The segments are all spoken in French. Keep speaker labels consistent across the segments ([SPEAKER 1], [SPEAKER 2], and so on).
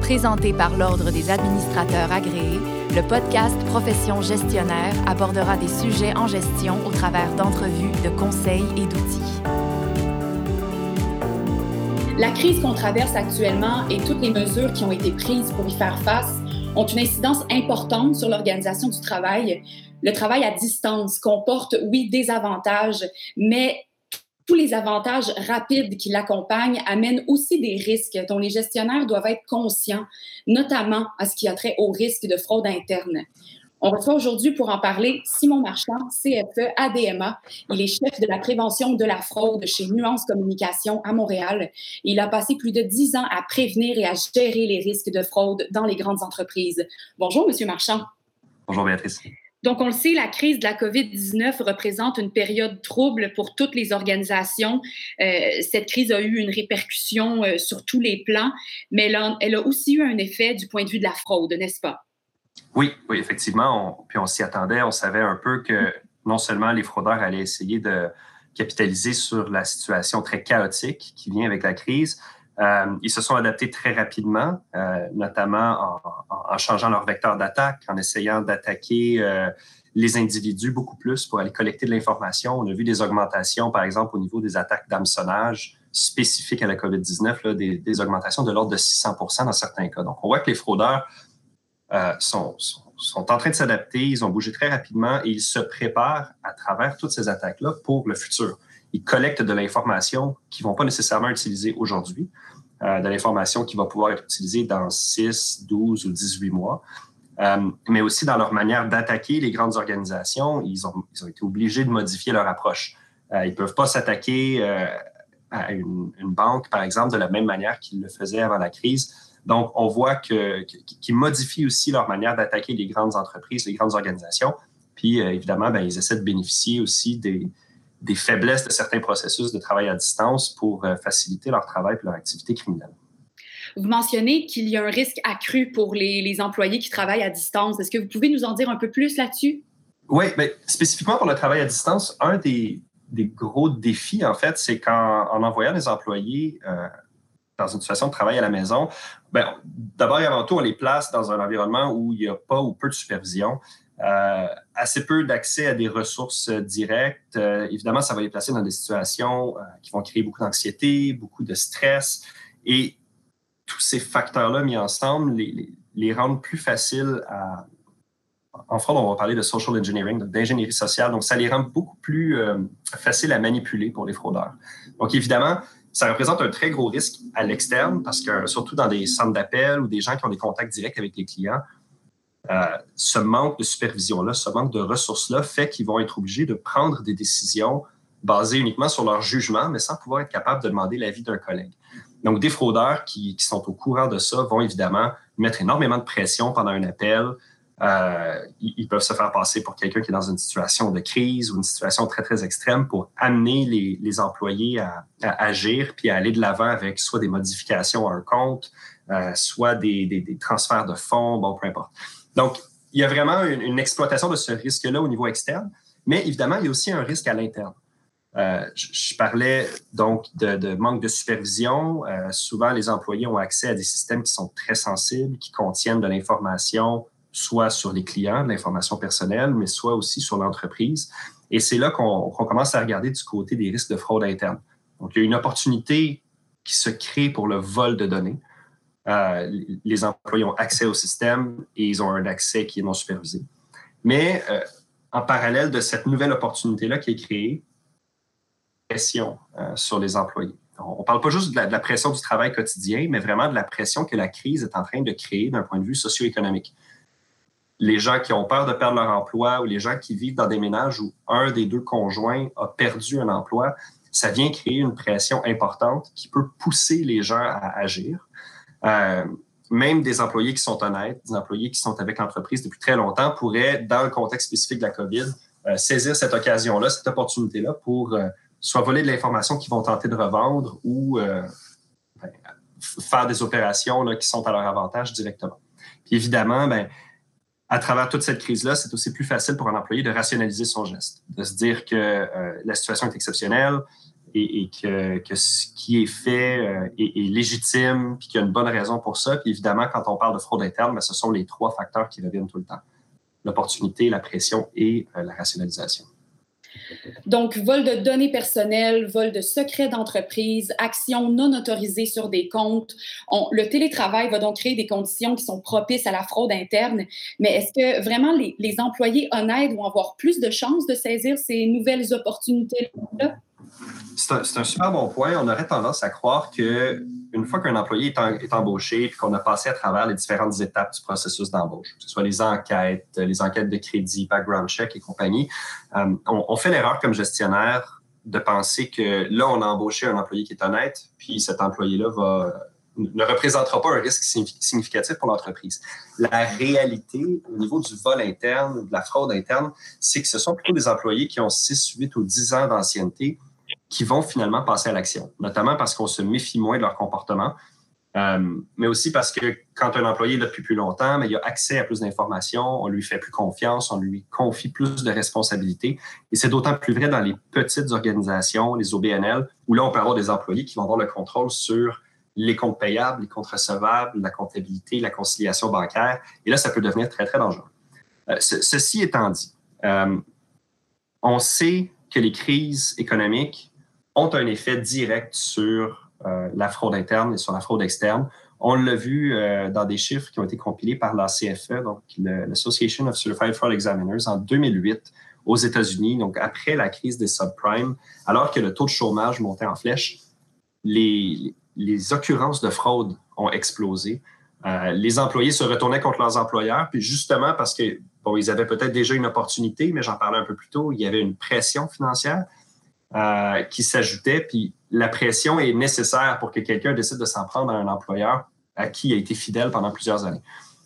[SPEAKER 1] Présenté par l'Ordre des administrateurs agréés, le podcast Profession gestionnaire abordera des sujets en gestion au travers d'entrevues, de conseils et d'outils.
[SPEAKER 2] La crise qu'on traverse actuellement et toutes les mesures qui ont été prises pour y faire face ont une incidence importante sur l'organisation du travail. Le travail à distance comporte, oui, des avantages, mais tous les avantages rapides qui l'accompagnent amènent aussi des risques dont les gestionnaires doivent être conscients, notamment à ce qui a trait au risque de fraude interne. On reçoit aujourd'hui pour en parler Simon Marchand, CFE ADMA. Il est chef de la prévention de la fraude chez Nuance Communication à Montréal. Il a passé plus de 10 ans à prévenir et à gérer les risques de fraude dans les grandes entreprises. Bonjour, Monsieur Marchand.
[SPEAKER 3] Bonjour, Béatrice.
[SPEAKER 2] Donc, on le sait, la crise de la COVID-19 représente une période trouble pour toutes les organisations. Cette crise a eu une répercussion sur tous les plans, mais elle a aussi eu un effet du point de vue de la fraude, n'est-ce pas?
[SPEAKER 3] Oui, effectivement. On s'y attendait. On savait un peu que non seulement les fraudeurs allaient essayer de capitaliser sur la situation très chaotique qui vient avec la crise, ils se sont adaptés très rapidement, notamment en changeant leur vecteur d'attaque, en essayant d'attaquer les individus beaucoup plus pour aller collecter de l'information. On a vu des augmentations, par exemple, au niveau des attaques d'hameçonnage spécifiques à la COVID-19, là, des augmentations de l'ordre de 600% dans certains cas. Donc, on voit que les fraudeurs sont en train de s'adapter, ils ont bougé très rapidement et ils se préparent à travers toutes ces attaques-là pour le futur. Ils collectent de l'information qu'ils ne vont pas nécessairement utiliser aujourd'hui, de l'information qui va pouvoir être utilisée dans 6, 12 ou 18 mois, mais aussi dans leur manière d'attaquer les grandes organisations. Ils ont été obligés de modifier leur approche. Ils ne peuvent pas s'attaquer à une banque, par exemple, de la même manière qu'ils le faisaient avant la crise. Donc, on voit qu'ils modifient aussi leur manière d'attaquer les grandes entreprises, les grandes organisations. Puis, évidemment, ils essaient de bénéficier aussi des faiblesses de certains processus de travail à distance pour faciliter leur travail et leur activité criminelle.
[SPEAKER 2] Vous mentionnez qu'il y a un risque accru pour les employés qui travaillent à distance. Est-ce que vous pouvez nous en dire un peu plus là-dessus?
[SPEAKER 3] Oui, spécifiquement pour le travail à distance, un des gros défis, en fait, c'est qu'en envoyant des employés dans une situation de travail à la maison, d'abord et avant tout, on les place dans un environnement où il n'y a pas ou peu de supervision, assez peu d'accès à des ressources directes. Évidemment, ça va les placer dans des situations qui vont créer beaucoup d'anxiété, beaucoup de stress. Et tous ces facteurs-là mis ensemble les rendent plus faciles à... En fraude, on va parler de social engineering, d'ingénierie sociale. Donc, ça les rend beaucoup plus faciles à manipuler pour les fraudeurs. Donc, évidemment, ça représente un très gros risque à l'externe parce que, surtout dans des centres d'appel ou des gens qui ont des contacts directs avec les clients, ce manque de supervision-là, ce manque de ressources-là fait qu'ils vont être obligés de prendre des décisions basées uniquement sur leur jugement, mais sans pouvoir être capables de demander l'avis d'un collègue. Donc, des fraudeurs qui sont au courant de ça vont évidemment mettre énormément de pression pendant un appel. Ils peuvent se faire passer pour quelqu'un qui est dans une situation de crise ou une situation très, très extrême pour amener les employés à agir puis à aller de l'avant avec soit des modifications à un compte, soit des transferts de fonds, peu importe. Donc, il y a vraiment une exploitation de ce risque-là au niveau externe, mais évidemment, il y a aussi un risque à l'interne. Je parlais donc de manque de supervision. Souvent, les employés ont accès à des systèmes qui sont très sensibles, qui contiennent de l'information soit sur les clients, de l'information personnelle, mais soit aussi sur l'entreprise. Et c'est là qu'on commence à regarder du côté des risques de fraude interne. Donc, il y a une opportunité qui se crée pour le vol de données. Les employés ont accès au système et ils ont un accès qui est non supervisé. Mais en parallèle de cette nouvelle opportunité-là qui est créée, pression sur les employés. On ne parle pas juste de la pression du travail quotidien, mais vraiment de la pression que la crise est en train de créer d'un point de vue socio-économique. Les gens qui ont peur de perdre leur emploi ou les gens qui vivent dans des ménages où un des deux conjoints a perdu un emploi, ça vient créer une pression importante qui peut pousser les gens à agir. Même des employés qui sont honnêtes, des employés qui sont avec l'entreprise depuis très longtemps pourraient, dans le contexte spécifique de la COVID, saisir cette occasion-là, cette opportunité-là pour soit voler de l'information qu'ils vont tenter de revendre ou faire des opérations là, qui sont à leur avantage directement. Puis évidemment, à travers toute cette crise-là, c'est aussi plus facile pour un employé de rationaliser son geste, de se dire que la situation est exceptionnelle, et que ce qui est fait est légitime, puis qu'il y a une bonne raison pour ça. Puis évidemment, quand on parle de fraude interne, bien, ce sont les 3 facteurs qui reviennent tout le temps. L'opportunité, la pression et la rationalisation.
[SPEAKER 2] Donc, vol de données personnelles, vol de secrets d'entreprise, actions non autorisées sur des comptes. Le télétravail va donc créer des conditions qui sont propices à la fraude interne. Mais est-ce que vraiment les employés honnêtes vont avoir plus de chances de saisir ces nouvelles opportunités-là?
[SPEAKER 3] C'est un super bon point. On aurait tendance à croire qu'une fois qu'un employé est embauché et qu'on a passé à travers les différentes étapes du processus d'embauche, que ce soit les enquêtes de crédit, background check et compagnie, on fait l'erreur comme gestionnaire de penser que là, on a embauché un employé qui est honnête, puis cet employé-là ne représentera pas un risque significatif pour l'entreprise. La réalité, au niveau du vol interne, de la fraude interne, c'est que ce sont plutôt des employés qui ont 6, 8 ou 10 ans d'ancienneté qui vont finalement passer à l'action, notamment parce qu'on se méfie moins de leur comportement, mais aussi parce que quand un employé est là depuis plus longtemps, mais il a accès à plus d'informations, on lui fait plus confiance, on lui confie plus de responsabilités. Et c'est d'autant plus vrai dans les petites organisations, les OBNL, où là, on peut avoir des employés qui vont avoir le contrôle sur les comptes payables, les comptes recevables, la comptabilité, la conciliation bancaire. Et là, ça peut devenir très, très dangereux. Ceci étant dit, on sait que les crises économiques ont un effet direct sur la fraude interne et sur la fraude externe. On l'a vu dans des chiffres qui ont été compilés par la CFE, donc l'Association of Certified Fraud Examiners, en 2008 aux États-Unis, donc après la crise des subprimes, alors que le taux de chômage montait en flèche, les occurrences de fraude ont explosé. Les employés se retournaient contre leurs employeurs, puis justement parce que ils avaient peut-être déjà une opportunité, mais j'en parlais un peu plus tôt, il y avait une pression financière qui s'ajoutait, puis la pression est nécessaire pour que quelqu'un décide de s'en prendre à un employeur à qui il a été fidèle pendant plusieurs années.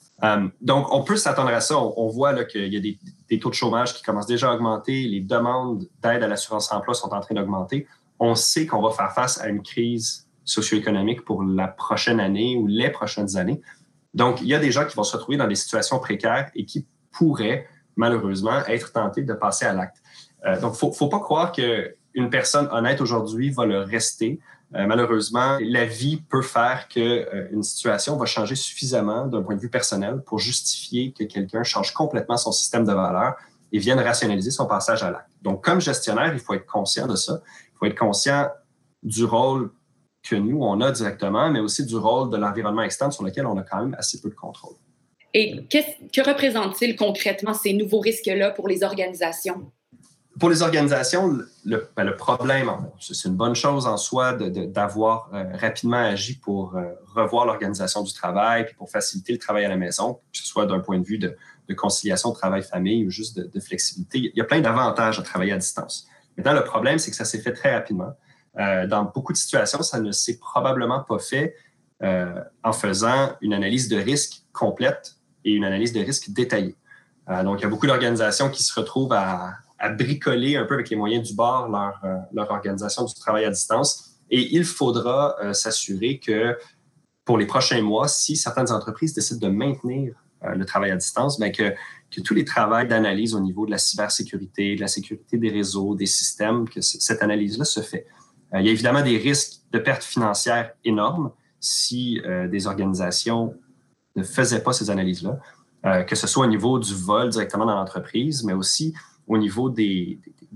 [SPEAKER 3] Donc, on peut s'attendre à ça. On voit là, qu'il y a des taux de chômage qui commencent déjà à augmenter, les demandes d'aide à l'assurance-emploi sont en train d'augmenter. On sait qu'on va faire face à une crise socio-économique pour la prochaine année ou les prochaines années. Donc, il y a des gens qui vont se retrouver dans des situations précaires et qui pourraient, malheureusement, être tentés de passer à l'acte. Donc, il ne faut pas croire qu'une personne honnête aujourd'hui va le rester. Malheureusement, la vie peut faire qu'une situation va changer suffisamment d'un point de vue personnel pour justifier que quelqu'un change complètement son système de valeurs et vienne rationaliser son passage à l'acte. Donc, comme gestionnaire, il faut être conscient de ça. Il faut être conscient du rôle que nous, on a directement, mais aussi du rôle de l'environnement externe sur lequel on a quand même assez peu de contrôle.
[SPEAKER 2] Et que représentent-ils concrètement ces nouveaux risques-là pour les organisations?
[SPEAKER 3] Pour les organisations, le problème, c'est une bonne chose en soi d'avoir rapidement agi pour revoir l'organisation du travail puis pour faciliter le travail à la maison, que ce soit d'un point de vue de conciliation travail-famille ou juste de flexibilité. Il y a plein d'avantages à travailler à distance. Maintenant, le problème, c'est que ça s'est fait très rapidement. Dans beaucoup de situations, ça ne s'est probablement pas fait en faisant une analyse de risque complète et une analyse de risque détaillée. Donc, il y a beaucoup d'organisations qui se retrouvent à bricoler un peu avec les moyens du bord leur organisation du travail à distance. Et il faudra s'assurer que pour les prochains mois, si certaines entreprises décident de maintenir le travail à distance, bien que tous les travaux d'analyse au niveau de la cybersécurité, de la sécurité des réseaux, des systèmes, que cette analyse-là se fait. Il y a évidemment des risques de pertes financières énormes si des organisations ne faisaient pas ces analyses-là, que ce soit au niveau du vol directement dans l'entreprise, mais aussi au niveau des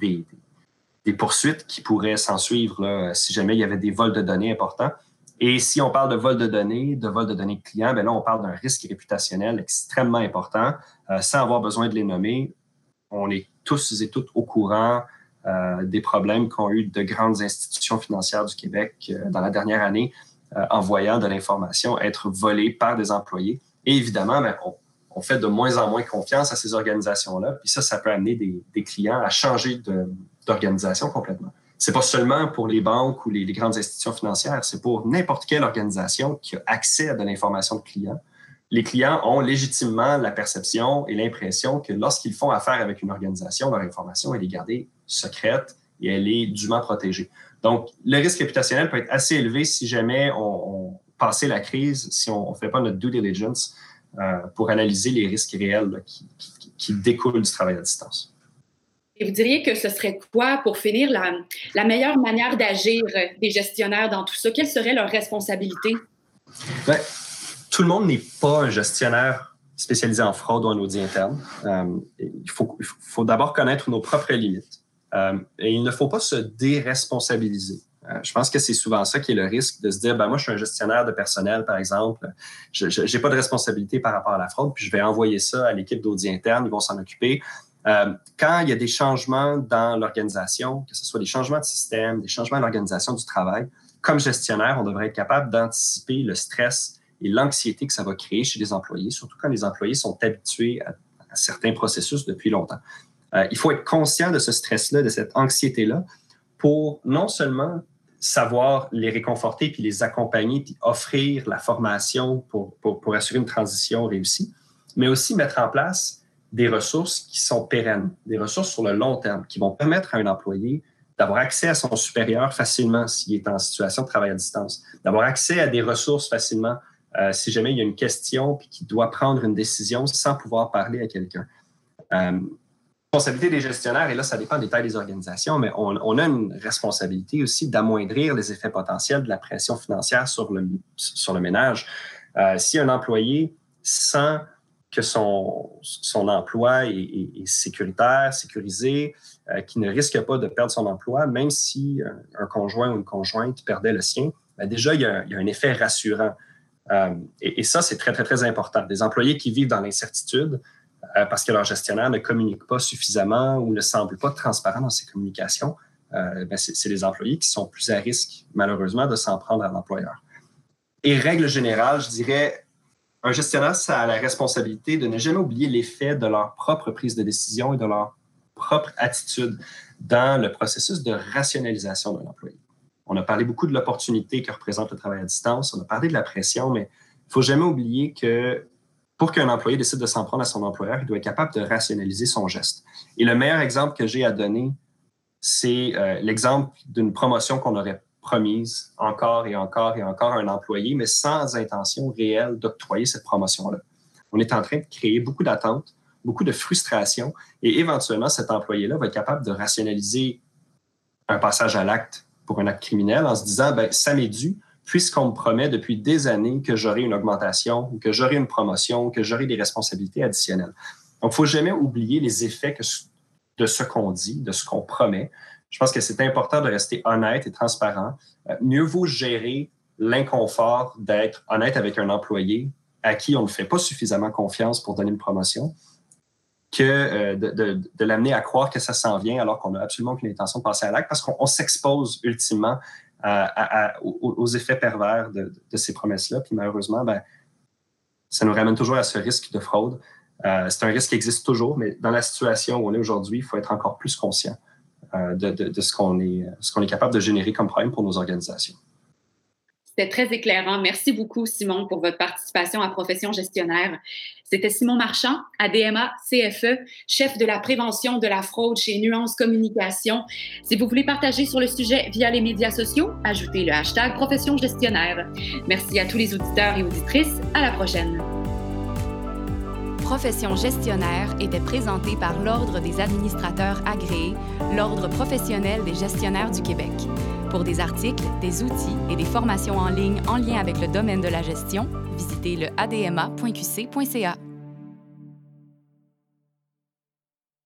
[SPEAKER 3] poursuites qui pourraient s'en suivre là, si jamais il y avait des vols de données importants. Et si on parle de vol de données de clients, bien là, on parle d'un risque réputationnel extrêmement important. Sans avoir besoin de les nommer, on est tous et toutes au courant des problèmes qu'ont eu de grandes institutions financières du Québec dans la dernière année en voyant de l'information être volée par des employés. Et évidemment, bien, on fait de moins en moins confiance à ces organisations-là. Puis ça peut amener des clients à changer d'organisation complètement. C'est pas seulement pour les banques ou les grandes institutions financières, c'est pour n'importe quelle organisation qui a accès à de l'information de clients. Les clients ont légitimement la perception et l'impression que lorsqu'ils font affaire avec une organisation, leur information elle est gardée secrète et elle est dûment protégée. Donc, le risque réputationnel peut être assez élevé si jamais on passait la crise, si on ne fait pas notre due diligence pour analyser les risques réels là, qui découlent du travail à distance.
[SPEAKER 2] Et vous diriez que ce serait quoi, pour finir, la meilleure manière d'agir des gestionnaires dans tout ça? Quelle serait leur responsabilité?
[SPEAKER 3] Bien, tout le monde n'est pas un gestionnaire spécialisé en fraude ou en audit interne. Il faut d'abord connaître nos propres limites. Et il ne faut pas se déresponsabiliser. Je pense que c'est souvent ça qui est le risque, de se dire, moi, je suis un gestionnaire de personnel, par exemple, je n'ai pas de responsabilité par rapport à la fraude, puis je vais envoyer ça à l'équipe d'audit interne, ils vont s'en occuper. Quand il y a des changements dans l'organisation, que ce soit des changements de système, des changements dans l'organisation du travail, comme gestionnaire, on devrait être capable d'anticiper le stress et l'anxiété que ça va créer chez les employés, surtout quand les employés sont habitués à certains processus depuis longtemps. Il faut être conscient de ce stress-là, de cette anxiété-là, pour non seulement savoir les réconforter puis les accompagner puis offrir la formation pour assurer une transition réussie, mais aussi mettre en place des ressources qui sont pérennes, des ressources sur le long terme, qui vont permettre à un employé d'avoir accès à son supérieur facilement s'il est en situation de travail à distance, d'avoir accès à des ressources facilement si jamais il y a une question puis qu'il doit prendre une décision sans pouvoir parler à quelqu'un. La responsabilité des gestionnaires, et là, ça dépend des tailles des organisations, mais on a une responsabilité aussi d'amoindrir les effets potentiels de la pression financière sur le ménage. Si un employé sent que son emploi est sécuritaire, sécurisé, qu'il ne risque pas de perdre son emploi, même si un conjoint ou une conjointe perdait le sien, déjà, il y a un effet rassurant. Et ça, c'est très, très, très important. Des employés qui vivent dans l'incertitude parce que leur gestionnaire ne communique pas suffisamment ou ne semble pas transparent dans ses communications, c'est les employés qui sont plus à risque, malheureusement, de s'en prendre à l'employeur. Et règle générale, je dirais, un gestionnaire, ça a la responsabilité de ne jamais oublier l'effet de leur propre prise de décision et de leur propre attitude dans le processus de rationalisation d'un employé. On a parlé beaucoup de l'opportunité que représente le travail à distance, on a parlé de la pression, mais il ne faut jamais oublier que pour qu'un employé décide de s'en prendre à son employeur, il doit être capable de rationaliser son geste. Et le meilleur exemple que j'ai à donner, c'est l'exemple d'une promotion qu'on aurait promise encore et encore et encore à un employé, mais sans intention réelle d'octroyer cette promotion-là. On est en train de créer beaucoup d'attentes, beaucoup de frustration, et éventuellement, cet employé-là va être capable de rationaliser un passage à l'acte pour un acte criminel en se disant, ça m'est dû, puisqu'on me promet depuis des années que j'aurai une augmentation, ou que j'aurai une promotion, que j'aurai des responsabilités additionnelles. Donc, il ne faut jamais oublier les effets de ce qu'on dit, de ce qu'on promet. Je pense que c'est important de rester honnête et transparent. Mieux vaut gérer l'inconfort d'être honnête avec un employé à qui on ne fait pas suffisamment confiance pour donner une promotion que de l'amener à croire que ça s'en vient alors qu'on n'a absolument aucune intention de passer à l'acte parce qu'on s'expose ultimement aux effets pervers de ces promesses-là. Puis malheureusement, ça nous ramène toujours à ce risque de fraude. C'est un risque qui existe toujours, mais dans la situation où on est aujourd'hui, il faut être encore plus conscient de ce qu'on est capable de générer comme problème pour nos organisations.
[SPEAKER 2] C'était très éclairant. Merci beaucoup, Simon, pour votre participation à Profession gestionnaire. C'était Simon Marchand, ADMA CFE, chef de la prévention de la fraude chez Nuance Communication. Si vous voulez partager sur le sujet via les médias sociaux, ajoutez le hashtag Profession gestionnaire. Merci à tous les auditeurs et auditrices. À la prochaine.
[SPEAKER 1] Profession gestionnaire était présentée par l'Ordre des administrateurs agréés, l'Ordre professionnel des gestionnaires du Québec. Pour des articles, des outils et des formations en ligne en lien avec le domaine de la gestion, visitez le adma.qc.ca.